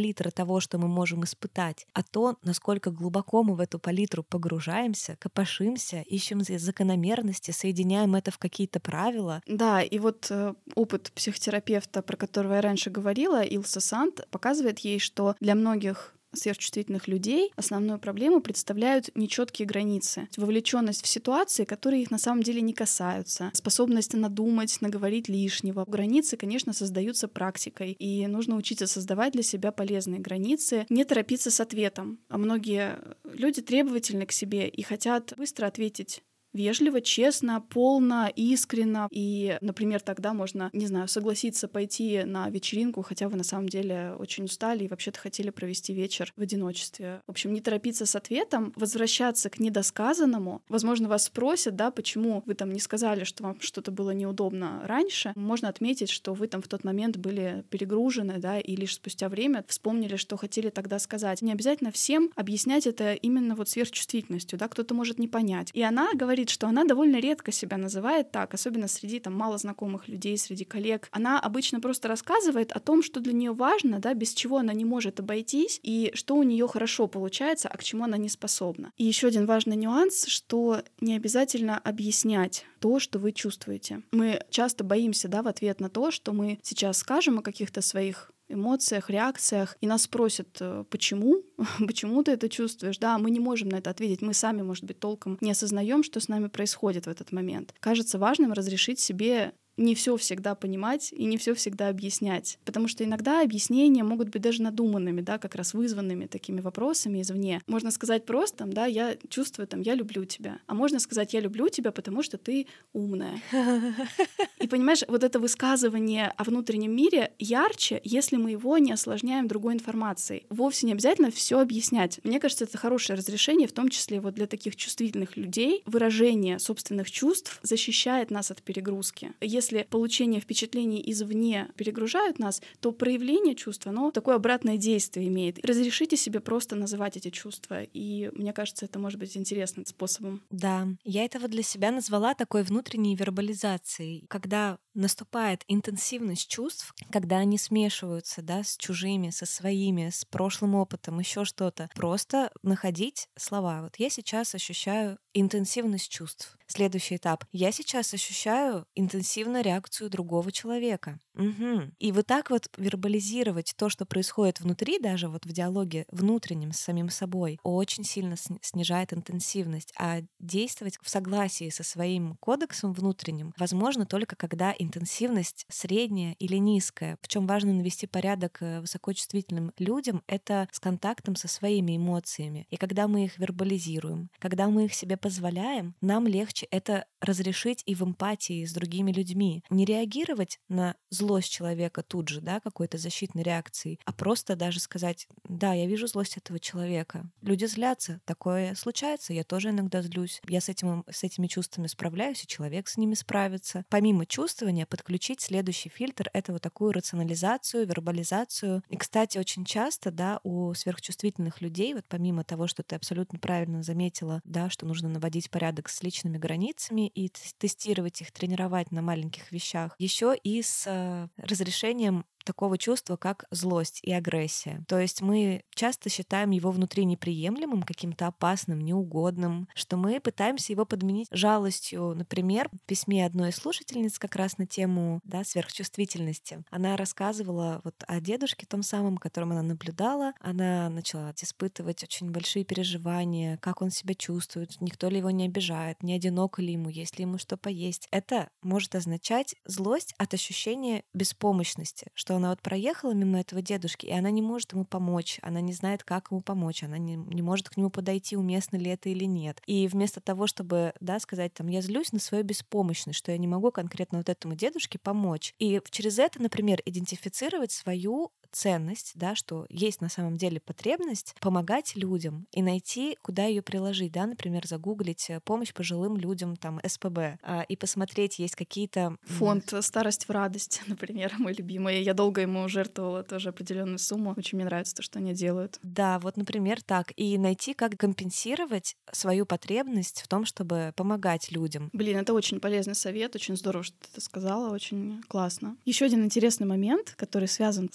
палитра того, что мы можем испытать, а то, насколько глубоко мы в эту палитру погружаемся, копошимся, ищем закономерности, соединяем это в какие-то правила. Да, и вот опыт психотерапевта, про которого я раньше говорила, Илса Санд, показывает ей, что для многих сверхчувствительных людей основную проблему представляют нечеткие границы, вовлеченность в ситуации, которые их на самом деле не касаются, способность надумать, наговорить лишнего. Границы, конечно, создаются практикой, и нужно учиться создавать для себя полезные границы, не торопиться с ответом. А многие люди требовательны к себе и хотят быстро ответить вежливо, честно, полно, искренно. И, например, тогда можно, не знаю, согласиться пойти на вечеринку, хотя вы на самом деле очень устали и вообще-то хотели провести вечер в одиночестве. В общем, не торопиться с ответом, возвращаться к недосказанному. Возможно, вас спросят, да, почему вы там не сказали, что вам что-то было неудобно раньше. Можно отметить, что вы там в тот момент были перегружены, да, и лишь спустя время вспомнили, что хотели тогда сказать. Не обязательно всем объяснять это именно вот сверхчувствительностью, да, кто-то может не понять. И она говорит, что она довольно редко себя называет так, особенно среди там мало знакомых людей, среди коллег. Она обычно просто рассказывает о том, что для нее важно, да, без чего она не может обойтись, и что у нее хорошо получается, а к чему она не способна. И еще один важный нюанс, что не обязательно объяснять то, что вы чувствуете. Мы часто боимся, да, в ответ на то, что мы сейчас скажем о каких-то своих эмоциях, реакциях, и нас спросят, почему, почему ты это чувствуешь, да, мы не можем на это ответить, мы сами, может быть, толком не осознаем, что с нами происходит в этот момент. Кажется важным разрешить себе не все всегда понимать и не все всегда объяснять. Потому что иногда объяснения могут быть даже надуманными, да, как раз вызванными такими вопросами извне. Можно сказать просто, там, да, я чувствую, там, я люблю тебя. А можно сказать, я люблю тебя, потому что ты умная. И понимаешь, вот это высказывание о внутреннем мире ярче, если мы его не осложняем другой информацией. Вовсе не обязательно все объяснять. Мне кажется, это хорошее разрешение, в том числе вот для таких чувствительных людей. Выражение собственных чувств защищает нас от перегрузки. Если получение впечатлений извне перегружают нас, то проявление чувств, оно такое обратное действие имеет. Разрешите себе просто называть эти чувства, и мне кажется, это может быть интересным способом. Да, я этого для себя назвала такой внутренней вербализацией, когда наступает интенсивность чувств, когда они смешиваются, да, с чужими, со своими, с прошлым опытом, еще что-то. Просто находить слова. Вот я сейчас ощущаю интенсивность чувств. Следующий этап. Я сейчас ощущаю интенсивную реакцию другого человека. Угу. И вот так вот вербализировать то, что происходит внутри, даже вот в диалоге внутреннем с самим собой, очень сильно снижает интенсивность. А действовать в согласии со своим кодексом внутренним возможно только когда интенсивность средняя или низкая. Причем важно навести порядок высокочувствительным людям это с контактом со своими эмоциями. И когда мы их вербализируем, когда мы их себе позволяем, нам легче это разрешить и в эмпатии с другими людьми. Не реагировать на злость человека тут же, да, какой-то защитной реакцией, а просто даже сказать, да, я вижу злость этого человека. Люди злятся, такое случается, я тоже иногда злюсь. Я с этими чувствами справляюсь, и человек с ними справится. Помимо чувствования подключить следующий фильтр — это вот такую рационализацию, вербализацию. И, кстати, очень часто, да, у сверхчувствительных людей, вот помимо того, что ты абсолютно правильно заметила, да, что нужно наводить порядок с личными границами и тестировать их, тренировать на маленьких вещах, еще и с разрешением такого чувства, как злость и агрессия. То есть мы часто считаем его внутри неприемлемым, каким-то опасным, неугодным, что мы пытаемся его подменить жалостью. Например, в письме одной из слушательниц как раз на тему, да, сверхчувствительности. Она рассказывала вот о дедушке том самом, которым она наблюдала. Она начала испытывать очень большие переживания, как он себя чувствует, никто ли его не обижает, не одиноко ли ему, есть ли ему что поесть. Это может означать злость от ощущения беспомощности, что она вот проехала мимо этого дедушки, и она не может ему помочь, она не знает, как ему помочь, она не может к нему подойти, уместно ли это или нет. И вместо того, чтобы, да, сказать, там, я злюсь на свою беспомощность, что я не могу конкретно вот этому дедушке помочь. И через это, например, идентифицировать свою ценность, да, что есть на самом деле потребность помогать людям и найти, куда ее приложить, да, например, загуглить помощь пожилым людям, там, СПБ, и посмотреть, есть какие-то... Фонд «Старость в радость», например, мой любимый. Я долго ему жертвовала тоже определенную сумму. Очень мне нравится то, что они делают. Да, вот, например, так. И найти, как компенсировать свою потребность в том, чтобы помогать людям. Блин, это очень полезный совет, очень здорово, что ты это сказала, очень классно. Еще один интересный момент, который связан с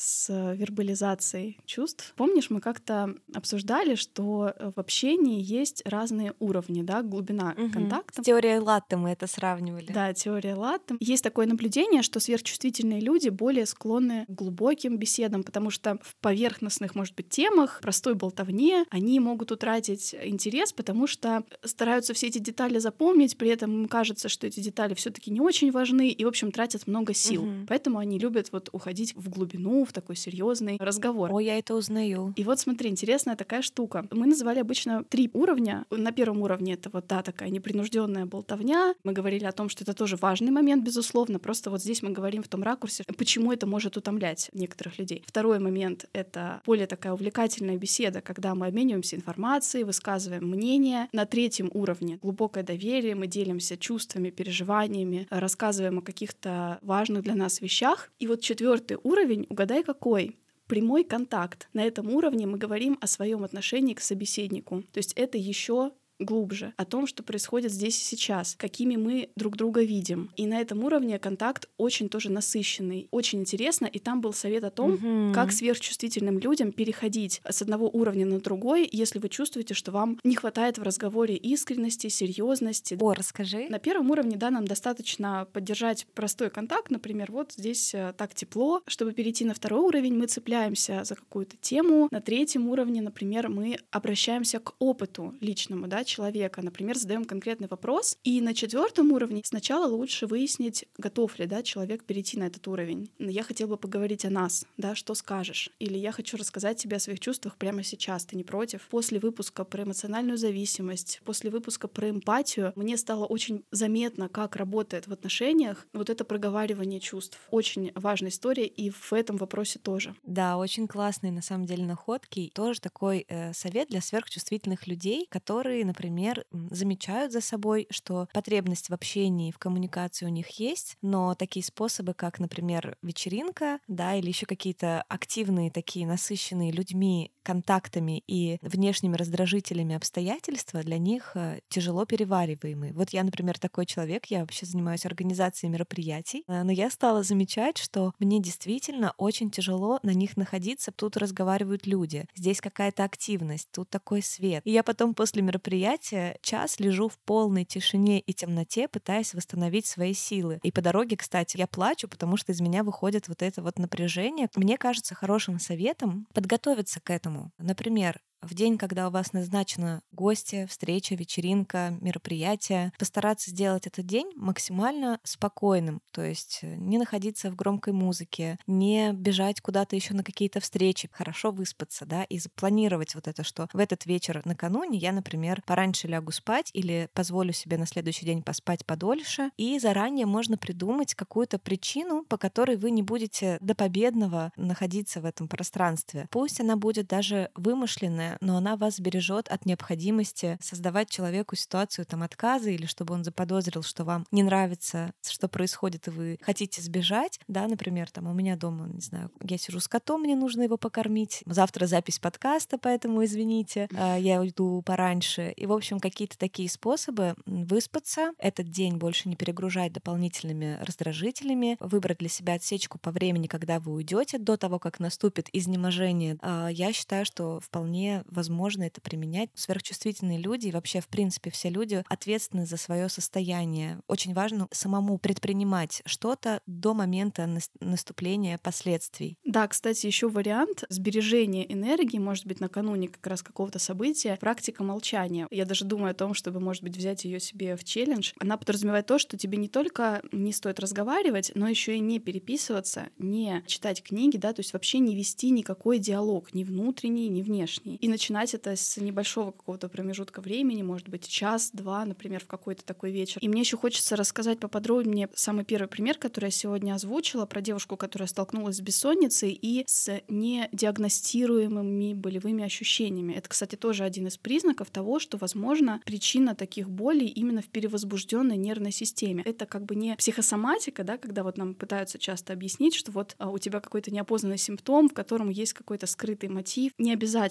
вербализацией чувств. Помнишь, мы как-то обсуждали, что в общении есть разные уровни, да, глубина контакта. С теорией Латте мы это сравнивали. Да, теория Латте. Есть такое наблюдение, что сверхчувствительные люди более склонны к глубоким беседам, потому что в поверхностных, может быть, темах, простой болтовне, они могут утратить интерес, потому что стараются все эти детали запомнить, при этом им кажется, что эти детали все-таки не очень важны и, в общем, тратят много сил. Поэтому они любят вот уходить в глубину, в такой серьезный разговор. О, я это узнаю. И вот смотри, интересная такая штука. Мы называли обычно 3 уровня. На первом уровне это вот такая непринужденная болтовня. Мы говорили о том, что это тоже важный момент, безусловно. Просто вот здесь мы говорим в том ракурсе, почему это может утомлять некоторых людей. Второй момент — это более такая увлекательная беседа, когда мы обмениваемся информацией, высказываем мнение. На третьем уровне глубокое доверие, мы делимся чувствами, переживаниями, рассказываем о каких-то важных для нас вещах. И вот 4-й уровень, угадай какой? Прямой контакт. На этом уровне мы говорим о своем отношении к собеседнику. То есть это еще глубже, о том, что происходит здесь и сейчас, какими мы друг друга видим. И на этом уровне контакт очень тоже насыщенный, очень интересно. И там был совет о том, как сверхчувствительным людям переходить с одного уровня на другой, если вы чувствуете, что вам не хватает в разговоре искренности, серьезности. О, расскажи. На первом уровне, да, нам достаточно поддержать простой контакт, например, вот здесь так тепло. Чтобы перейти на второй уровень, мы цепляемся за какую-то тему. На третьем уровне, например, мы обращаемся к опыту личному, да, человека. Например, задаем конкретный вопрос. И на 4-м уровне сначала лучше выяснить, готов ли, да, человек перейти на этот уровень. Я хотела бы поговорить о нас, да, что скажешь? Или я хочу рассказать тебе о своих чувствах прямо сейчас, ты не против? После выпуска про эмоциональную зависимость, после выпуска про эмпатию, мне стало очень заметно, как работает в отношениях вот это проговаривание чувств. Очень важная история и в этом вопросе тоже. Да, очень классные на самом деле находки. Тоже такой совет для сверхчувствительных людей, которые, например, замечают за собой, что потребность в общении, в коммуникации у них есть, но такие способы, как, например, вечеринка, да, или еще какие-то активные, такие насыщенные людьми, контактами и внешними раздражителями обстоятельства для них тяжело перевариваемы. Вот я, например, такой человек, я вообще занимаюсь организацией мероприятий, но я стала замечать, что мне действительно очень тяжело на них находиться. Тут разговаривают люди, здесь какая-то активность, тут такой свет. И я потом после мероприятия час лежу в полной тишине и темноте, пытаясь восстановить свои силы. И по дороге, кстати, я плачу, потому что из меня выходит вот это вот напряжение. Мне кажется хорошим советом подготовиться к этому. Например, в день, когда у вас назначено гости, встреча, вечеринка, мероприятие, постараться сделать этот день максимально спокойным, то есть не находиться в громкой музыке, не бежать куда-то еще на какие-то встречи, хорошо выспаться, да, и запланировать вот это, что в этот вечер накануне я, например, пораньше лягу спать или позволю себе на следующий день поспать подольше, и заранее можно придумать какую-то причину, по которой вы не будете до победного находиться в этом пространстве. Пусть она будет даже вымышленная, но она вас бережет от необходимости создавать человеку ситуацию там отказа или чтобы он заподозрил, что вам не нравится, что происходит, и вы хотите сбежать, да, например, там у меня дома, не знаю, я сижу с котом, мне нужно его покормить, завтра запись подкаста, поэтому извините, я уйду пораньше. И, в общем, какие-то такие способы выспаться, этот день больше не перегружать дополнительными раздражителями, выбрать для себя отсечку по времени, когда вы уйдете до того, как наступит изнеможение. Я считаю, что вполне возможно это применять. Сверхчувствительные люди и вообще, в принципе, все люди ответственны за свое состояние. Очень важно самому предпринимать что-то до момента наступления последствий. Да, кстати, еще вариант сбережения энергии, может быть, накануне как раз какого-то события, практика молчания. Я даже думаю о том, чтобы, может быть, взять ее себе в челлендж. Она подразумевает то, что тебе не только не стоит разговаривать, но еще и не переписываться, не читать книги, да, то есть вообще не вести никакой диалог, ни внутренний, ни внешний. И начинать это с небольшого какого-то промежутка времени, может быть, час-два, например, в какой-то такой вечер. И мне еще хочется рассказать поподробнее самый первый пример, который я сегодня озвучила, про девушку, которая столкнулась с бессонницей и с недиагностируемыми болевыми ощущениями. Это, кстати, тоже один из признаков того, что, возможно, причина таких болей именно в перевозбужденной нервной системе. Это как бы не психосоматика, да, когда вот нам пытаются часто объяснить, что вот у тебя какой-то неопознанный симптом, в котором есть какой-то скрытый мотив. Не обязательно.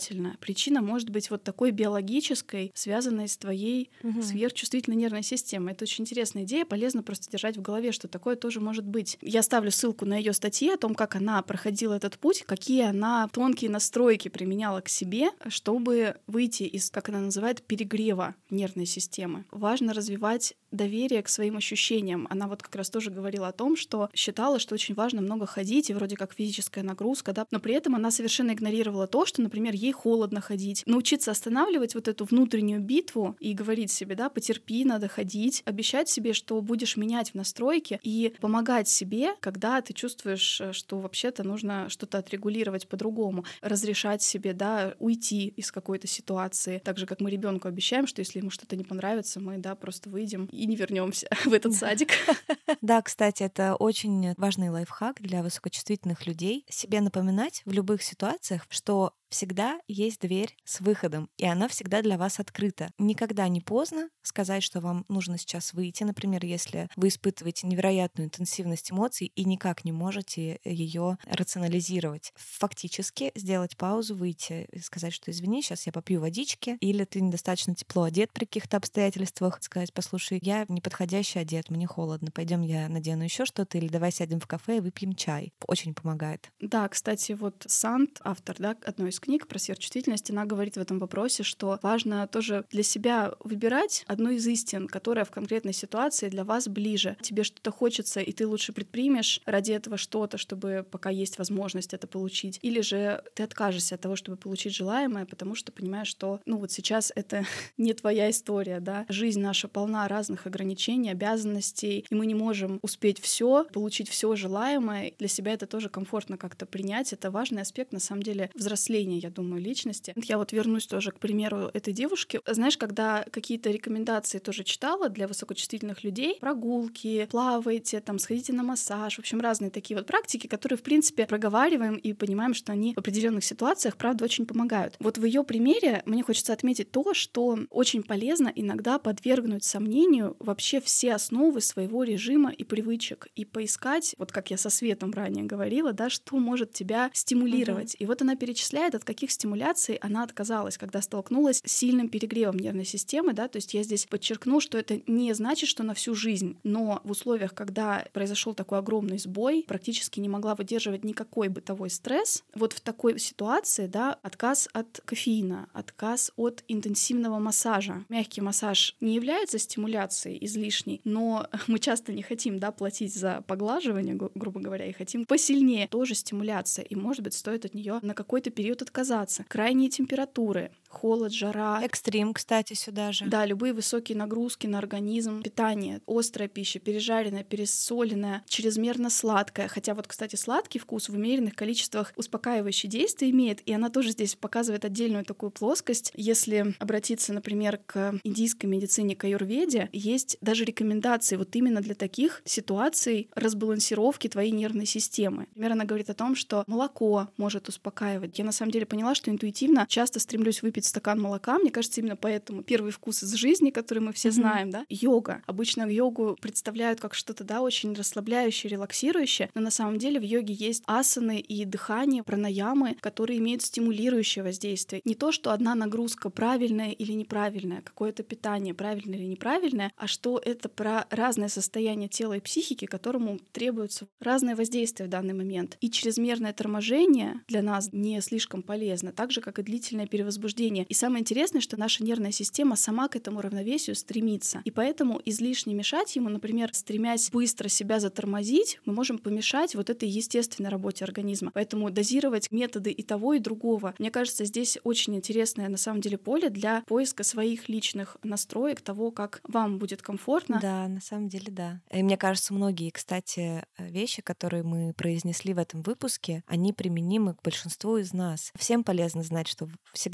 причина может быть вот такой биологической, связанной с твоей Мгм. сверхчувствительной нервной системой. Это очень интересная идея, полезно просто держать в голове, что такое тоже может быть. Я ставлю ссылку на ее статьи о том, как она проходила этот путь, какие она тонкие настройки применяла к себе, чтобы выйти из, как она называет, перегрева нервной системы. Важно развивать доверие к своим ощущениям. Она вот как раз тоже говорила о том, что считала, что очень важно много ходить, и вроде как физическая нагрузка, да, но при этом она совершенно игнорировала то, что, например, ей холодно ходить. Научиться останавливать вот эту внутреннюю битву и говорить себе, да, потерпи, надо ходить, обещать себе, что будешь менять в настройке и помогать себе, когда ты чувствуешь, что вообще-то нужно что-то отрегулировать по-другому, разрешать себе, да, уйти из какой-то ситуации, так же, как мы ребенку обещаем, что если ему что-то не понравится, мы, да, просто выйдем и не вернемся в этот садик. Да, кстати, это очень важный лайфхак для высокочувствительных людей. Себе напоминать в любых ситуациях, что всегда есть дверь с выходом, и она всегда для вас открыта. Никогда не поздно сказать, что вам нужно сейчас выйти, например, если вы испытываете невероятную интенсивность эмоций и никак не можете ее рационализировать. Фактически сделать паузу, выйти и сказать, что извини, сейчас я попью водички, или ты недостаточно тепло одет при каких-то обстоятельствах, сказать, послушай, я неподходяще одет, мне холодно, пойдем я надену еще что-то, или давай сядем в кафе и выпьем чай. Очень помогает. Да, кстати, вот Санд, автор, да, одной из книг про сверхчувствительность, она говорит в этом вопросе, что важно тоже для себя выбирать одну из истин, которая в конкретной ситуации для вас ближе. Тебе что-то хочется, и ты лучше предпримешь ради этого что-то, чтобы пока есть возможность это получить. Или же ты откажешься от того, чтобы получить желаемое, потому что понимаешь, что, ну вот сейчас это не твоя история, да. Жизнь наша полна разных ограничений, обязанностей, и мы не можем успеть все, получить все желаемое. Для себя это тоже комфортно как-то принять. Это важный аспект, на самом деле, взросления, я думаю, личности. Я вот вернусь тоже к примеру этой девушки. Знаешь, когда какие-то рекомендации тоже читала для высокочувствительных людей, прогулки, плавайте, там, сходите на массаж, в общем, разные такие вот практики, которые, в принципе, проговариваем и понимаем, что они в определенных ситуациях, правда, очень помогают. Вот в ее примере мне хочется отметить то, что очень полезно иногда подвергнуть сомнению вообще все основы своего режима и привычек и поискать, вот как я со Светом ранее говорила, да, что может тебя стимулировать. И вот она перечисляет, от каких стимуляций она отказалась, когда столкнулась с сильным перегревом нервной системы, да, то есть я здесь подчеркну, что это не значит, что на всю жизнь, но в условиях, когда произошел такой огромный сбой, практически не могла выдерживать никакой бытовой стресс, вот в такой ситуации, да, отказ от кофеина, отказ от интенсивного массажа. Мягкий массаж не является стимуляцией излишней, но мы часто не хотим, да, платить за поглаживание, грубо говоря, и хотим посильнее. Тоже стимуляция, и, может быть, стоит от нее на какой-то период отказаться. Крайние температуры, холод, жара. Экстрим, кстати, сюда же. Да, любые высокие нагрузки на организм, питание, острая пища, пережаренная, пересоленная, чрезмерно сладкая. Хотя вот, кстати, сладкий вкус в умеренных количествах успокаивающее действие имеет, и она тоже здесь показывает отдельную такую плоскость. Если обратиться, например, к индийской медицине, к аюрведе, есть даже рекомендации вот именно для таких ситуаций разбалансировки твоей нервной системы. Например, она говорит о том, что молоко может успокаивать. Я на самом деле поняла, что интуитивно часто стремлюсь выпить стакан молока. Мне кажется, именно поэтому первый вкус из жизни, который мы все знаем, да, йога. Обычно йогу представляют как что-то, да, очень расслабляющее, релаксирующее, но на самом деле в йоге есть асаны и дыхание, пранаямы, которые имеют стимулирующее воздействие. Не то, что одна нагрузка правильная или неправильная, какое-то питание правильное или неправильное, а что это про разное состояние тела и психики, которому требуется разное воздействие в данный момент. И чрезмерное торможение для нас не слишком полезно, так же, как и длительное перевозбуждение. И самое интересное, что наша нервная система сама к этому равновесию стремится. И поэтому излишне мешать ему, например, стремясь быстро себя затормозить, мы можем помешать вот этой естественной работе организма. Поэтому дозировать методы и того, и другого. Мне кажется, здесь очень интересное на самом деле поле для поиска своих личных настроек, того, как вам будет комфортно. Да, на самом деле, да. И мне кажется, многие, кстати, вещи, которые мы произнесли в этом выпуске, они применимы к большинству из нас. Всем полезно знать, что всегда есть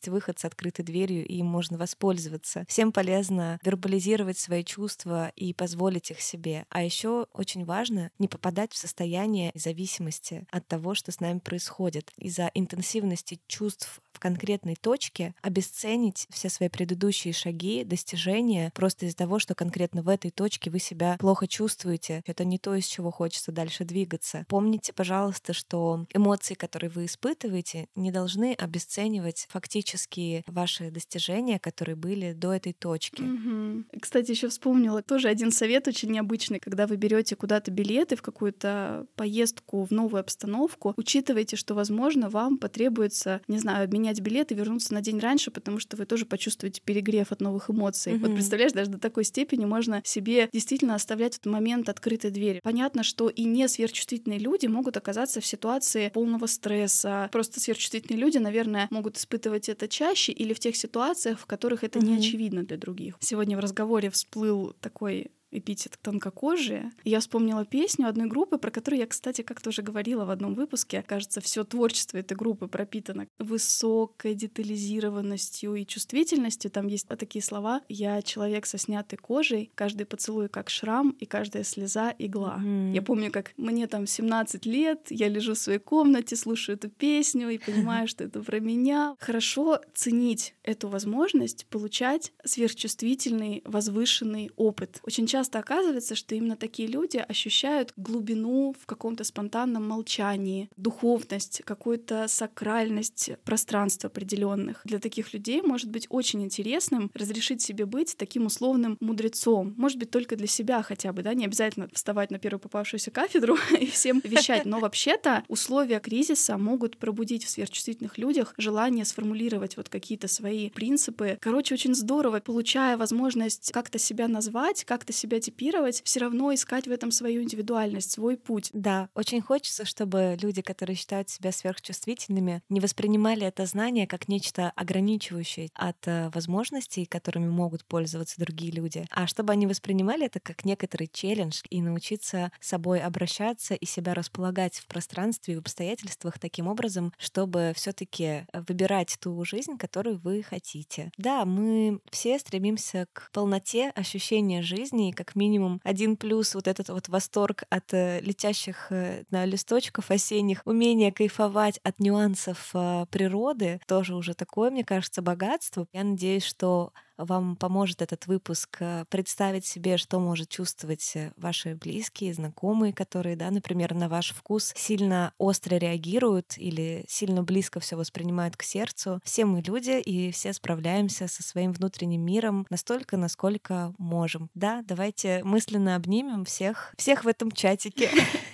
выход с открытой дверью, и им можно воспользоваться. Всем полезно вербализировать свои чувства и позволить их себе. А еще очень важно не попадать в состояние зависимости от того, что с нами происходит. Из-за интенсивности чувств в конкретной точке обесценить все свои предыдущие шаги, достижения просто из-за того, что конкретно в этой точке вы себя плохо чувствуете. Это не то, из чего хочется дальше двигаться. Помните, пожалуйста, что эмоции, которые вы испытываете, не должны обесценивать фактически ваши достижения, которые были до этой точки. Кстати, еще вспомнила тоже один совет очень необычный. Когда вы берете куда-то билеты в какую-то поездку в новую обстановку, учитывайте, что, возможно, вам потребуется, не знаю, обменять билет и вернуться на день раньше, потому что вы тоже почувствуете перегрев от новых эмоций. Вот представляешь, даже до такой степени можно себе действительно оставлять этот момент открытой двери. Понятно, что и не сверхчувствительные люди могут оказаться в ситуации полного стресса. Просто сверхчувствительные люди, наверное, могут испытывать это чаще или в тех ситуациях, в которых это не очевидно для других. Сегодня в разговоре всплыл такой эпитет тонкокожие. И я вспомнила песню одной группы, про которую я, кстати, как-то уже говорила в одном выпуске. Кажется, все творчество этой группы пропитано высокой детализированностью и чувствительностью. Там есть такие слова: «Я человек со снятой кожей, каждый поцелуй как шрам, и каждая слеза игла». Я помню, как мне там 17 лет, я лежу в своей комнате, слушаю эту песню и понимаю, что это про меня. Хорошо ценить эту возможность получать сверхчувствительный, возвышенный опыт. Очень часто оказывается, что именно такие люди ощущают глубину в каком-то спонтанном молчании, духовность, какую-то сакральность пространств определенных. Для таких людей может быть очень интересным разрешить себе быть таким условным мудрецом. Может быть, только для себя хотя бы, да, не обязательно вставать на первую попавшуюся кафедру и всем вещать. Но вообще-то условия кризиса могут пробудить в сверхчувствительных людях желание сформулировать вот какие-то свои принципы. Короче, очень здорово, получая возможность как-то себя назвать, как-то себя типировать, все равно искать в этом свою индивидуальность, свой путь. Да, очень хочется, чтобы люди, которые считают себя сверхчувствительными, не воспринимали это знание как нечто ограничивающее от возможностей, которыми могут пользоваться другие люди, а чтобы они воспринимали это как некоторый челлендж и научиться с собой обращаться и себя располагать в пространстве и в обстоятельствах таким образом, чтобы все-таки выбирать ту жизнь, которую вы хотите. Да, мы все стремимся к полноте ощущения жизни, и как минимум один плюс вот этот вот восторг от летящих листочков осенних, умение кайфовать от нюансов природы, тоже уже такое, мне кажется, богатство. Я надеюсь, что вам поможет этот выпуск представить себе, что может чувствовать ваши близкие, знакомые, которые, да, например, на ваш вкус сильно остро реагируют или сильно близко все воспринимают к сердцу. Все мы люди, и все справляемся со своим внутренним миром настолько, насколько можем. Да, давайте мысленно обнимем всех в этом чатике.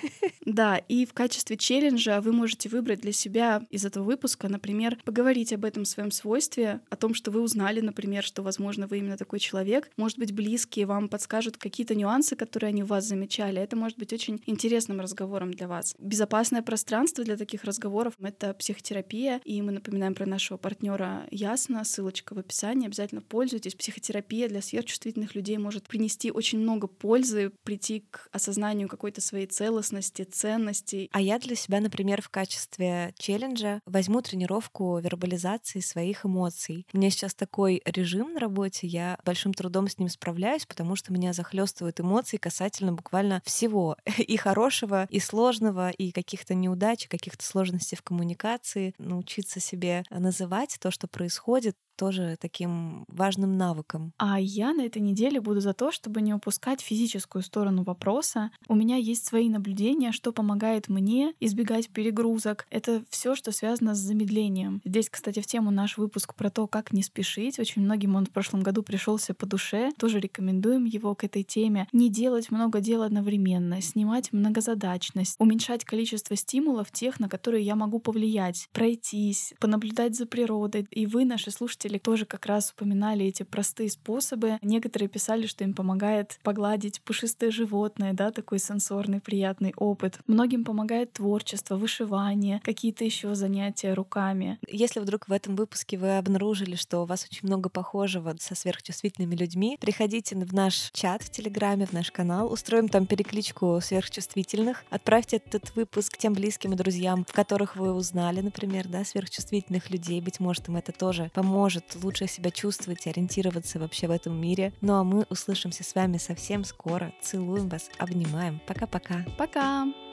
Да, и в качестве челленджа вы можете выбрать для себя из этого выпуска, например, поговорить об этом своем свойстве, о том, что вы узнали, например, что, возможно, вы именно такой человек. Может быть, близкие вам подскажут какие-то нюансы, которые они в вас замечали. Это может быть очень интересным разговором для вас. Безопасное пространство для таких разговоров — это психотерапия, и мы напоминаем про нашего партнера Ясно, ссылочка в описании, обязательно пользуйтесь. Психотерапия для сверхчувствительных людей может принести очень много пользы, прийти к осознанию какой-то своей целостности, ценностей. А я для себя, например, в качестве челленджа возьму тренировку вербализации своих эмоций. У меня сейчас такой режим на работе, я большим трудом с ним справляюсь, потому что меня захлестывают эмоции касательно буквально всего. И хорошего, и сложного, и каких-то неудач, каких-то сложностей в коммуникации. Научиться себе называть то, что происходит, тоже таким важным навыком. А я на этой неделе буду за то, чтобы не упускать физическую сторону вопроса. У меня есть свои наблюдения, что помогает мне избегать перегрузок. Это все, что связано с замедлением. Здесь, кстати, в тему наш выпуск про то, как не спешить. Очень многим он в прошлом году пришелся по душе. Тоже рекомендуем его к этой теме. Не делать много дел одновременно, снимать многозадачность, уменьшать количество стимулов тех, на которые я могу повлиять, пройтись, понаблюдать за природой. И вы, наши слушатели, слушатели тоже как раз упоминали эти простые способы. Некоторые писали, что им помогает погладить пушистое животное, да, такой сенсорный приятный опыт. Многим помогает творчество, вышивание, какие-то еще занятия руками. Если вдруг в этом выпуске вы обнаружили, что у вас очень много похожего со сверхчувствительными людьми, приходите в наш чат в Телеграме, в наш канал, устроим там перекличку сверхчувствительных, отправьте этот выпуск тем близким и друзьям, в которых вы узнали, например, да, сверхчувствительных людей. Быть может, им это тоже поможет лучше себя чувствовать и ориентироваться вообще в этом мире. Ну а мы услышимся с вами совсем скоро. Целуем вас, обнимаем. Пока-пока. Пока!